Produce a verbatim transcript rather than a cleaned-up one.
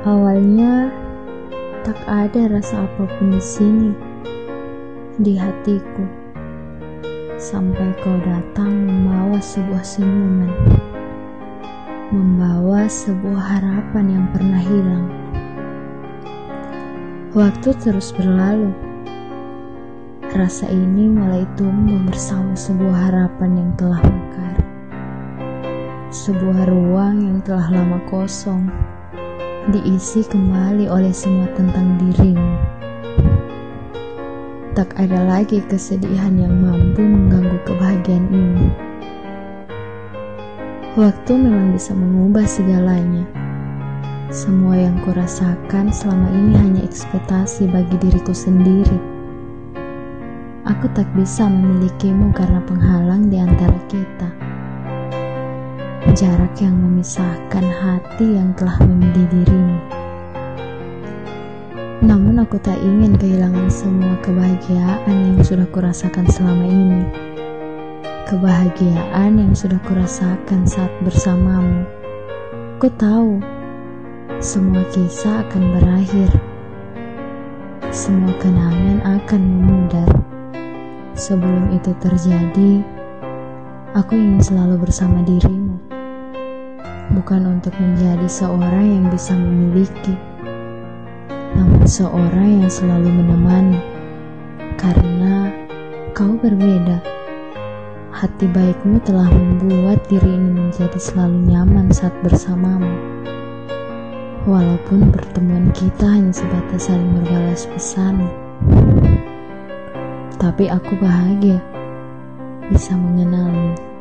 Awalnya tak ada rasa apapun di sini, di hatiku, sampai kau datang membawa sebuah senyuman, membawa sebuah harapan yang pernah hilang. Waktu terus berlalu, rasa ini mulai tumbuh bersama sebuah harapan yang telah mekar, sebuah ruang yang telah lama kosong, diisi kembali oleh semua tentang dirimu. Tak ada lagi kesedihan yang mampu mengganggu kebahagiaan ini. Waktu memang bisa mengubah segalanya. Semua yang kurasakan selama ini hanya ekspektasi bagi diriku sendiri. Aku tak bisa memilikimu karena penghalang di antara kita. Jarak yang memisahkan hati yang telah memilih dirimu. Namun aku tak ingin kehilangan semua kebahagiaan yang sudah kurasakan selama ini. Kebahagiaan yang sudah kurasakan saat bersamamu. Ku tahu semua kisah akan berakhir. Semua kenangan akan memudar. Sebelum itu terjadi, aku ingin selalu bersama dirimu. Bukan untuk menjadi seorang yang bisa memiliki, namun seorang yang selalu menemani. Karena kau berbeda. Hati baikmu telah membuat diri ini menjadi selalu nyaman saat bersamamu. Walaupun pertemuan kita hanya sebatas saling berbalas pesan, tapi aku bahagia bisa mengenalmu.